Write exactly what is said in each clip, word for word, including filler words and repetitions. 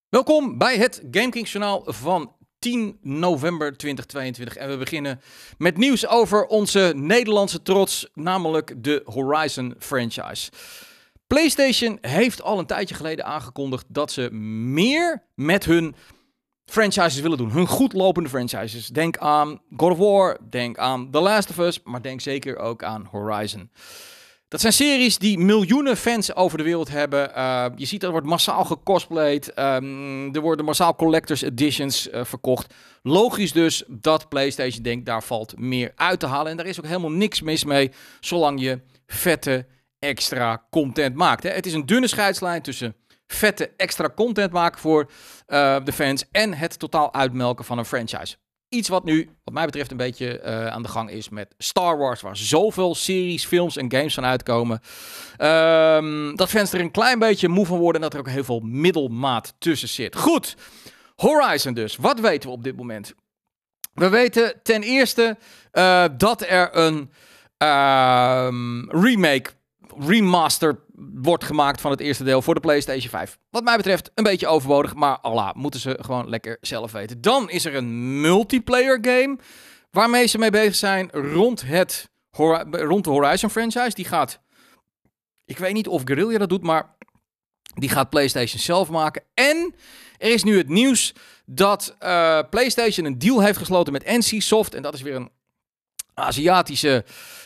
Welkom bij het GameKings journaal van tien november tweeduizend tweeëntwintig. En we beginnen met nieuws over onze Nederlandse trots, namelijk de Horizon franchise. PlayStation heeft al een tijdje geleden aangekondigd dat ze meer met hun franchises willen doen. Hun goed lopende franchises. Denk aan God of War, denk aan The Last of Us, maar denk zeker ook aan Horizon. Dat zijn series die miljoenen fans over de wereld hebben. Uh, je ziet dat er wordt massaal gecosplayed. Um, er worden massaal collectors editions uh, verkocht. Logisch dus dat PlayStation denkt, daar valt meer uit te halen. En daar is ook helemaal niks mis mee, zolang je vette extra content maakt. Hè. Het is een dunne scheidslijn tussen vette extra content maken voor uh, de fans en het totaal uitmelken van een franchise. Iets wat nu, wat mij betreft, een beetje uh, aan de gang is met Star Wars, waar zoveel series, films en games van uitkomen. Um, dat fans er een klein beetje moe van worden en dat er ook heel veel middelmaat tussen zit. Goed, Horizon dus. Wat weten we op dit moment? We weten ten eerste uh, dat er een uh, remake, remaster wordt gemaakt van het eerste deel voor de PlayStation vijf. Wat mij betreft een beetje overbodig, maar Allah, moeten ze gewoon lekker zelf weten. Dan is er een multiplayer game waarmee ze mee bezig zijn rond, het, rond de Horizon franchise. Die gaat, ik weet niet of Guerrilla dat doet, maar die gaat PlayStation zelf maken. En er is nu het nieuws dat uh, PlayStation een deal heeft gesloten met N C Soft. En dat is weer een Aziatische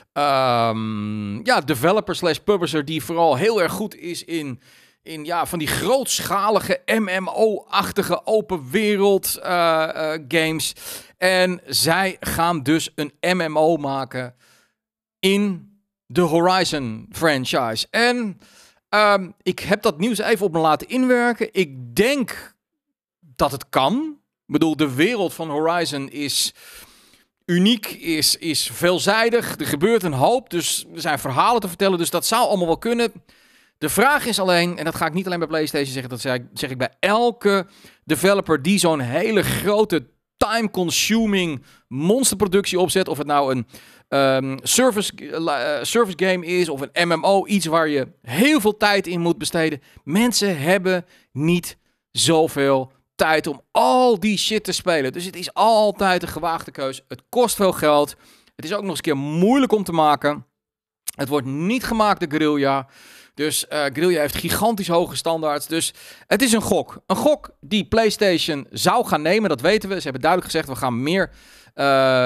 Um, ja, developer slash publisher die vooral heel erg goed is in, in ja, van die grootschalige M M O-achtige open wereld uh, uh, games. En zij gaan dus een M M O maken in de Horizon franchise. En um, ik heb dat nieuws even op me laten inwerken. Ik denk dat het kan. Ik bedoel, de wereld van Horizon is uniek, is, is veelzijdig. Er gebeurt een hoop, dus er zijn verhalen te vertellen. Dus dat zou allemaal wel kunnen. De vraag is alleen, en dat ga ik niet alleen bij PlayStation zeggen, dat zeg ik, zeg ik bij elke developer die zo'n hele grote time-consuming monsterproductie opzet. Of het nou een um, service, uh, service game is of een M M O. Iets waar je heel veel tijd in moet besteden. Mensen hebben niet zoveel tijd om al die shit te spelen. Dus het is altijd een gewaagde keus. Het kost veel geld. Het is ook nog eens een keer moeilijk om te maken. Het wordt niet gemaakt door Guerrilla. Dus uh, Guerrilla heeft gigantisch hoge standaards. Dus het is een gok. Een gok die PlayStation zou gaan nemen. Dat weten we. Ze hebben duidelijk gezegd, we gaan meer uh,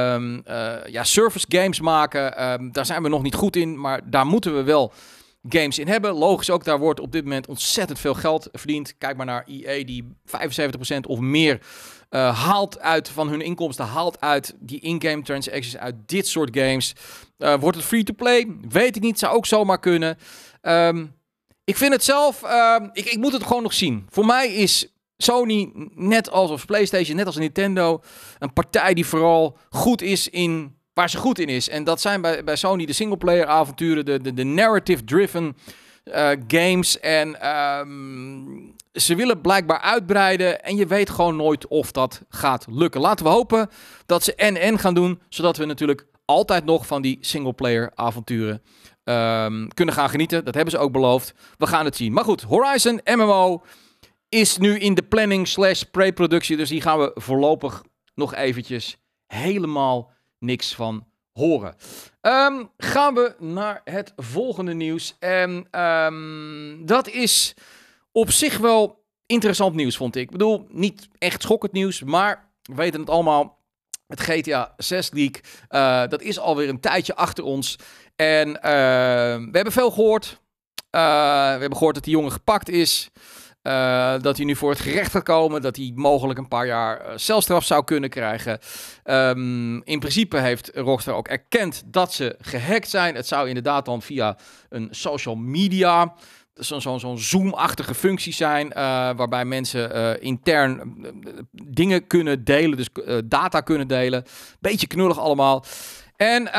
uh, ja, service games maken. Uh, daar zijn we nog niet goed in. Maar daar moeten we wel games in hebben. Logisch ook, daar wordt op dit moment ontzettend veel geld verdiend. Kijk maar naar E A die vijfenzeventig procent of meer uh, haalt uit van hun inkomsten, haalt uit die in-game transactions uit dit soort games. Uh, wordt het free-to-play? Weet ik niet, zou ook zomaar kunnen. Um, ik vind het zelf, uh, ik, ik moet het gewoon nog zien. Voor mij is Sony, net als of PlayStation, net als Nintendo, een partij die vooral goed is in waar ze goed in is. En dat zijn bij, bij Sony de singleplayer avonturen, de, de, de narrative-driven uh, games. En um, ze willen blijkbaar uitbreiden. En je weet gewoon nooit of dat gaat lukken. Laten we hopen dat ze en-en gaan doen, zodat we natuurlijk altijd nog van die singleplayer avonturen um, kunnen gaan genieten. Dat hebben ze ook beloofd. We gaan het zien. Maar goed, Horizon M M O is nu in de planning slash pre-productie. Dus die gaan we voorlopig nog eventjes helemaal niks van horen. Um, gaan we naar het volgende nieuws. En um, dat is op zich wel interessant nieuws, vond ik. Ik bedoel, niet echt schokkend nieuws, maar we weten het allemaal. Het G T A zes leak, uh, dat is alweer een tijdje achter ons. En uh, we hebben veel gehoord. Uh, we hebben gehoord dat die jongen gepakt is. Uh, dat hij nu voor het gerecht gaat komen. Dat hij mogelijk een paar jaar uh, celstraf zou kunnen krijgen. Um, in principe heeft Rockstar ook erkend dat ze gehackt zijn. Het zou inderdaad dan via een social media, zo'n zo, zo Zoom-achtige functie zijn. Uh, waarbij mensen uh, intern uh, dingen kunnen delen. Dus uh, data kunnen delen. Beetje knullig allemaal. En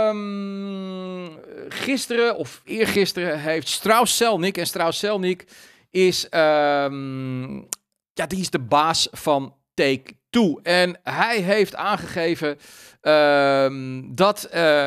um, gisteren of eergisteren heeft Strauss Zelnick. En Strauss Zelnick is, um, ja, die is de baas van Take-Two. En hij heeft aangegeven um, dat,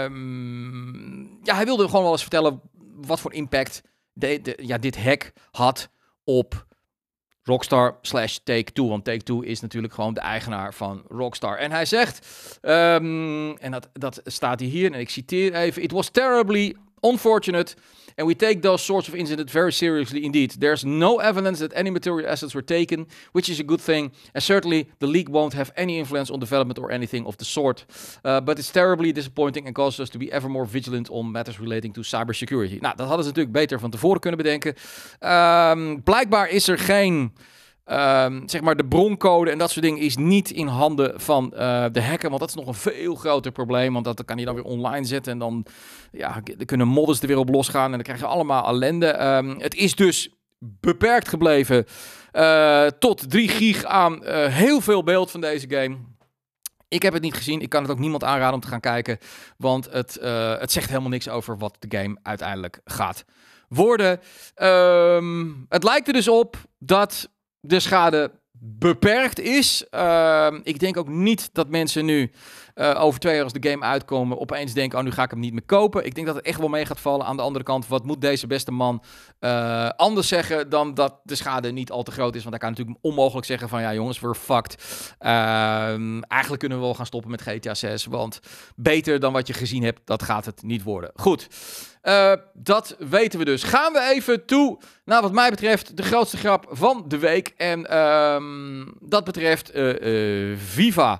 um, ja, hij wilde gewoon wel eens vertellen wat voor impact de, de, ja, dit hack had op Rockstar slash Take-Two. Want Take-Two is natuurlijk gewoon de eigenaar van Rockstar. En hij zegt, um, en dat, dat staat hier, en ik citeer even: "It was terribly unfortunate, and we take those sorts of incidents very seriously indeed. There's no evidence that any material assets were taken, which is a good thing, and certainly the league won't have any influence on development or anything of the sort. Uh, but it's terribly disappointing and causes us to be ever more vigilant on matters relating to cybersecurity." Nou, dat hadden ze natuurlijk beter van tevoren kunnen bedenken. Um, blijkbaar is er geen... Um, zeg maar de broncode en dat soort dingen is niet in handen van uh, de hacker, want dat is nog een veel groter probleem, want dat kan je dan weer online zetten en dan, ja, dan kunnen modders er weer op losgaan en dan krijg je allemaal ellende. Um, het is dus beperkt gebleven uh, tot drie gig aan uh, heel veel beeld van deze game. Ik heb het niet gezien, ik kan het ook niemand aanraden om te gaan kijken, want het, uh, het zegt helemaal niks over wat de game uiteindelijk gaat worden. Um, het lijkt er dus op dat de schade beperkt is. Uh, ik denk ook niet dat mensen nu uh, over twee jaar als de game uitkomen opeens denken, oh, nu ga ik hem niet meer kopen. Ik denk dat het echt wel mee gaat vallen. Aan de andere kant, wat moet deze beste man uh, anders zeggen dan dat de schade niet al te groot is? Want hij kan natuurlijk onmogelijk zeggen van, ja jongens, we're fucked. Uh, eigenlijk kunnen we wel gaan stoppen met G T A zes, want beter dan wat je gezien hebt, dat gaat het niet worden. Goed. Uh, dat weten we dus. Gaan we even toe naar wat mij betreft de grootste grap van de week. En uh, dat betreft uh, uh, FIFA.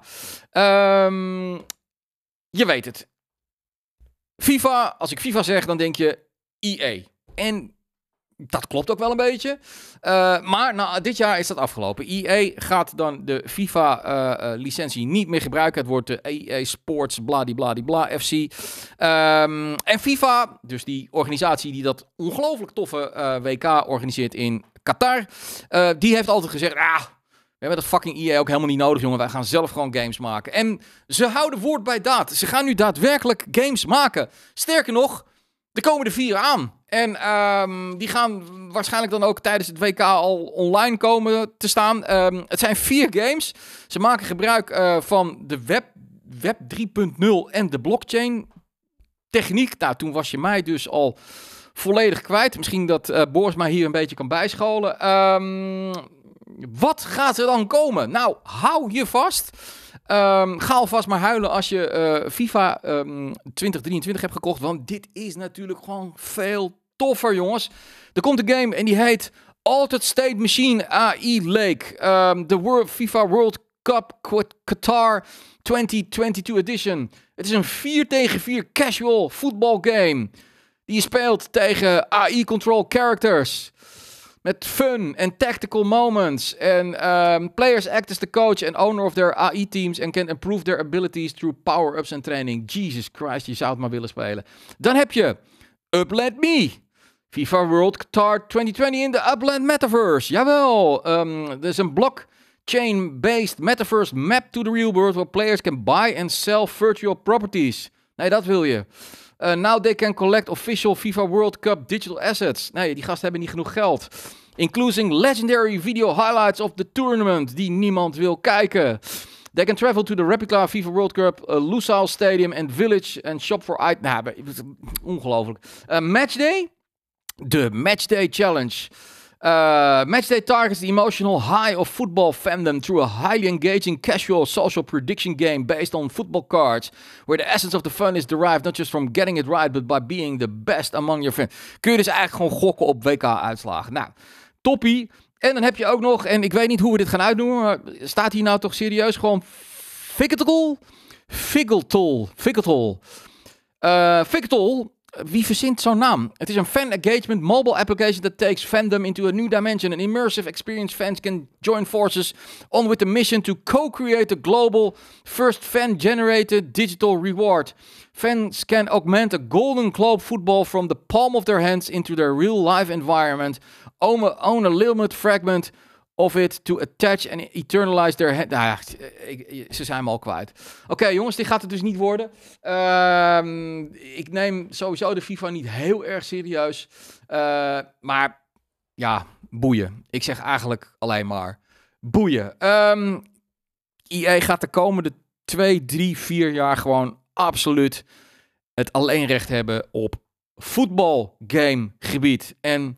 Um, je weet het. FIFA, als ik FIFA zeg, dan denk je E A. En dat klopt ook wel een beetje. Uh, maar nou, dit jaar is dat afgelopen. E A gaat dan de FIFA-licentie uh, uh, niet meer gebruiken. Het wordt de E A Sports bladibladibla F C. Um, en FIFA, dus die organisatie die dat ongelooflijk toffe uh, W K organiseert in Qatar, uh, die heeft altijd gezegd, ah, we hebben dat fucking E A ook helemaal niet nodig, jongen. Wij gaan zelf gewoon games maken. En ze houden woord bij daad. Ze gaan nu daadwerkelijk games maken. Sterker nog, er komen er vier aan. En um, die gaan waarschijnlijk dan ook tijdens het W K al online komen te staan. Um, het zijn vier games. Ze maken gebruik uh, van de web, web drie punt nul en de blockchain techniek. Nou, toen was je mij dus al volledig kwijt. Misschien dat uh, Boris mij hier een beetje kan bijscholen. Um, wat gaat er dan komen? Nou, hou je vast. Um, ga alvast maar huilen als je uh, FIFA um, twintig drieëntwintig hebt gekocht. Want dit is natuurlijk gewoon veel toffer, jongens. Er komt een game en die heet Altered State Machine A I Lake. Um, de World, FIFA World Cup Qatar twintig tweeëntwintig Edition. Het is een vier tegen vier casual football game. Die je speelt tegen A I-control characters. Met fun en tactical moments. En um, players act as the coach and owner of their A I teams and can improve their abilities through power-ups en training. Jesus Christ, je zou het maar willen spelen. Dan heb je Upland Me. FIFA World Qatar twintig twintig in de Upland Metaverse. Jawel. Um, er is een blockchain-based metaverse map to the real world where players can buy and sell virtual properties. Nee, dat wil je. Uh, now they can collect official FIFA World Cup digital assets. Nee, die gasten hebben niet genoeg geld. Including legendary video highlights of the tournament die niemand wil kijken. They can travel to the replica FIFA World Cup, uh, Lusail Stadium and Village and shop for items. Nou, ongelooflijk. Uh, matchday? De Matchday Challenge. Uh, Matchday targets the emotional high of football fandom through a highly engaging casual social prediction game based on football cards, where the essence of the fun is derived not just from getting it right, but by being the best among your fans. Kun je dus eigenlijk gewoon gokken op W K-uitslagen. Nou, toppie. En dan heb je ook nog, en ik weet niet hoe we dit gaan uitdoen, maar staat hier nou toch serieus gewoon Ficketle? Ficketle. Ficketle. Uh, Ficketle. Wie verzint zo'n naam? Het is een fan engagement mobile application that takes fandom into a new dimension. An immersive experience fans can join forces on with the mission to co-create a global first fan-generated digital reward. Fans can augment a golden globe football from the palm of their hands into their real-life environment. Own a, own a limited fragment of it to attach and eternalize their hand. Nou ja, ik, ze zijn me al kwijt. Oké, okay, jongens, dit gaat het dus niet worden. Uh, ik neem sowieso de FIFA niet heel erg serieus. Uh, maar ja, boeien. Ik zeg eigenlijk alleen maar boeien. Um, E A gaat de komende twee, drie, vier jaar gewoon absoluut het alleenrecht hebben op voetbalgamegebied. En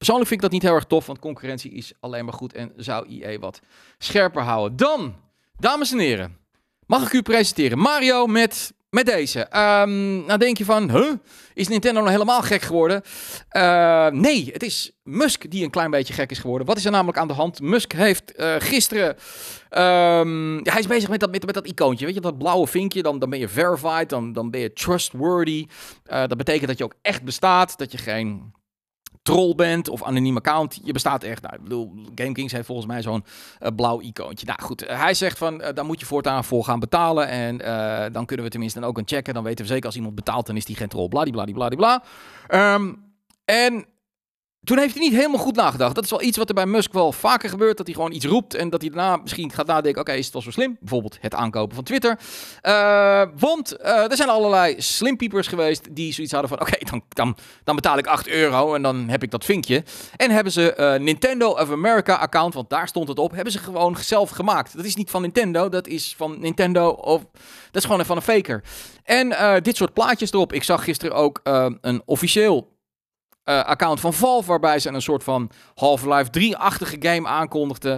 Persoonlijk vind ik dat niet heel erg tof, want concurrentie is alleen maar goed en zou I A wat scherper houden. Dan, dames en heren, mag ik u presenteren Mario met, met deze. Um, nou denk je van, huh? Is Nintendo nou helemaal gek geworden? Uh, nee, het is Musk die een klein beetje gek is geworden. Wat is er namelijk aan de hand? Musk heeft uh, gisteren... Um, ja, hij is bezig met dat, met, met dat icoontje. Weet je, dat blauwe vinkje. Dan, dan ben je verified, dan, dan ben je trustworthy. Uh, dat betekent dat je ook echt bestaat. Dat je geen troll bent of anoniem account. Je bestaat echt. Nou, ik bedoel, GameKings heeft volgens mij zo'n uh, blauw icoontje. Nou goed, uh, hij zegt van, uh, daar moet je voortaan voor gaan betalen. En uh, dan kunnen we tenminste dan ook een checken. Dan weten we zeker als iemand betaalt, dan is die geen troll. Bladibladibladibla. Um, en toen heeft hij niet helemaal goed nagedacht. Dat is wel iets wat er bij Musk wel vaker gebeurt. Dat hij gewoon iets roept en dat hij daarna misschien gaat nadenken. Oké, okay, is het wel zo slim? Bijvoorbeeld het aankopen van Twitter. Uh, want uh, er zijn allerlei slimpiepers geweest die zoiets hadden van... Oké, okay, dan, dan, dan betaal ik acht euro en dan heb ik dat vinkje. En hebben ze uh, Nintendo of America account, want daar stond het op, hebben ze gewoon zelf gemaakt. Dat is niet van Nintendo, dat is van Nintendo of... Dat is gewoon van een faker. En uh, dit soort plaatjes erop. Ik zag gisteren ook uh, een officieel... Uh, account van Valve, waarbij ze een soort van Half-Life drie-achtige game aankondigden.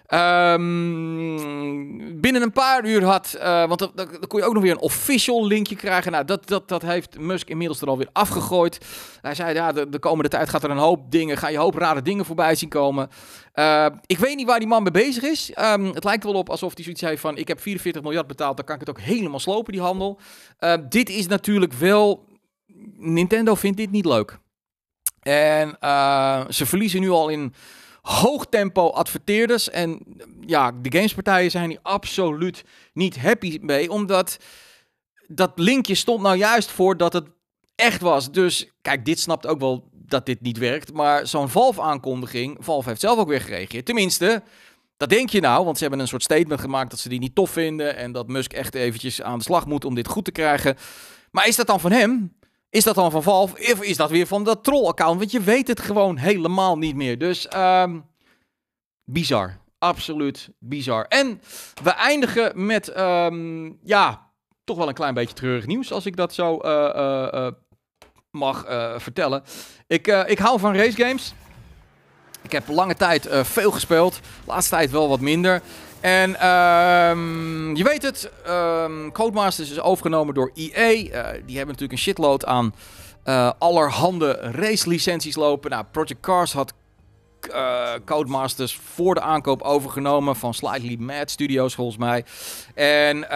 Um, binnen een paar uur had... Uh, want dan, dan kon je ook nog weer een official linkje krijgen. Nou, dat, dat, dat heeft Musk inmiddels er alweer afgegooid. Hij zei, ja, de, de komende tijd gaat er een hoop dingen... ga je een hoop rare dingen voorbij zien komen. Uh, ik weet niet waar die man mee bezig is. Um, het lijkt wel op alsof hij zoiets heeft van... ik heb vierenveertig miljard betaald, dan kan ik het ook helemaal slopen, die handel. Uh, dit is natuurlijk wel... Nintendo vindt dit niet leuk. En uh, ze verliezen nu al in hoog tempo adverteerders. En ja, de gamespartijen zijn hier absoluut niet happy mee. Omdat dat linkje stond nou juist voor dat het echt was. Dus kijk, dit snapt ook wel dat dit niet werkt. Maar zo'n Valve-aankondiging, Valve heeft zelf ook weer gereageerd. Tenminste, dat denk je nou. Want ze hebben een soort statement gemaakt dat ze die niet tof vinden. En dat Musk echt eventjes aan de slag moet om dit goed te krijgen. Maar is dat dan van hem? Is dat dan van Valve? Of is dat weer van dat troll-account? Want je weet het gewoon helemaal niet meer. Dus, um, bizar. Absoluut bizar. En we eindigen met, um, ja, toch wel een klein beetje treurig nieuws. Als ik dat zo uh, uh, uh, mag uh, vertellen. Ik, uh, ik hou van racegames. Ik heb lange tijd uh, veel gespeeld. Laatste tijd wel wat minder. En um, je weet het, um, Codemasters is overgenomen door I A. Uh, die hebben natuurlijk een shitload aan uh, allerhande racelicenties lopen. Nou, Project Cars had uh, Codemasters voor de aankoop overgenomen van Slightly Mad Studios volgens mij. En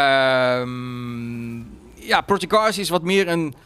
um, ja, Project Cars is wat meer een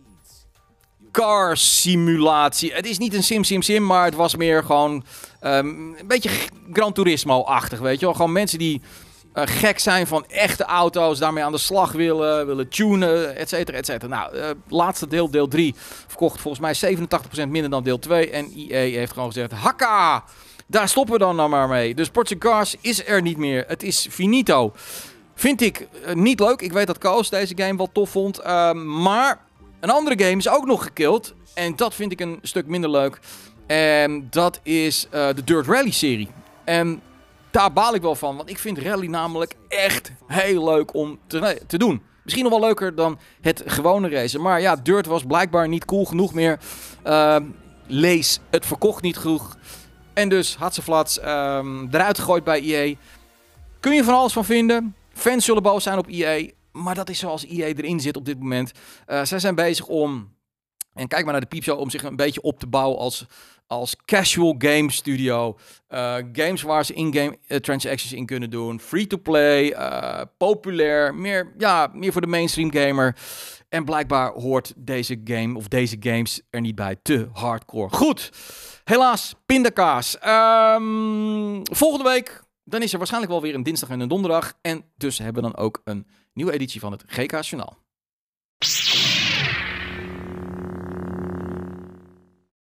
car simulatie. Het is niet een sim sim sim, maar het was meer gewoon um, een beetje Gran Turismo-achtig, weet je wel. Gewoon mensen die uh, gek zijn van echte auto's, daarmee aan de slag willen, willen tunen, et cetera, et cetera. Nou, uh, laatste deel, deel drie, verkocht volgens mij zevenentachtig procent minder dan deel twee. En I A heeft gewoon gezegd, hakka, daar stoppen we dan nou maar mee. Dus Project Cars is er niet meer. Het is finito. Vind ik uh, niet leuk. Ik weet dat Koos deze game wel tof vond, uh, maar... Een andere game is ook nog gekillt. En dat vind ik een stuk minder leuk. En dat is uh, de Dirt Rally serie. En daar baal ik wel van. Want ik vind rally namelijk echt heel leuk om te, te doen. Misschien nog wel leuker dan het gewone racen. Maar ja, Dirt was blijkbaar niet cool genoeg meer. Uh, lees, het verkocht niet genoeg. En dus had ze flats um, eruit gegooid bij I A. Kun je van alles van vinden. Fans zullen boos zijn op I A. Maar dat is zoals I A erin zit op dit moment. Uh, zij zijn bezig om, en kijk maar naar de piepshow, om zich een beetje op te bouwen als, als casual game studio. Uh, games waar ze in-game uh, transactions in kunnen doen. Free-to-play, uh, populair, meer, ja, meer voor de mainstream gamer. En blijkbaar hoort deze game of deze games er niet bij. Te hardcore. Goed, helaas, pindakaas. Um, volgende week, dan is er waarschijnlijk wel weer een dinsdag en een donderdag. En dus hebben we dan ook een nieuwe editie van het G K Journaal.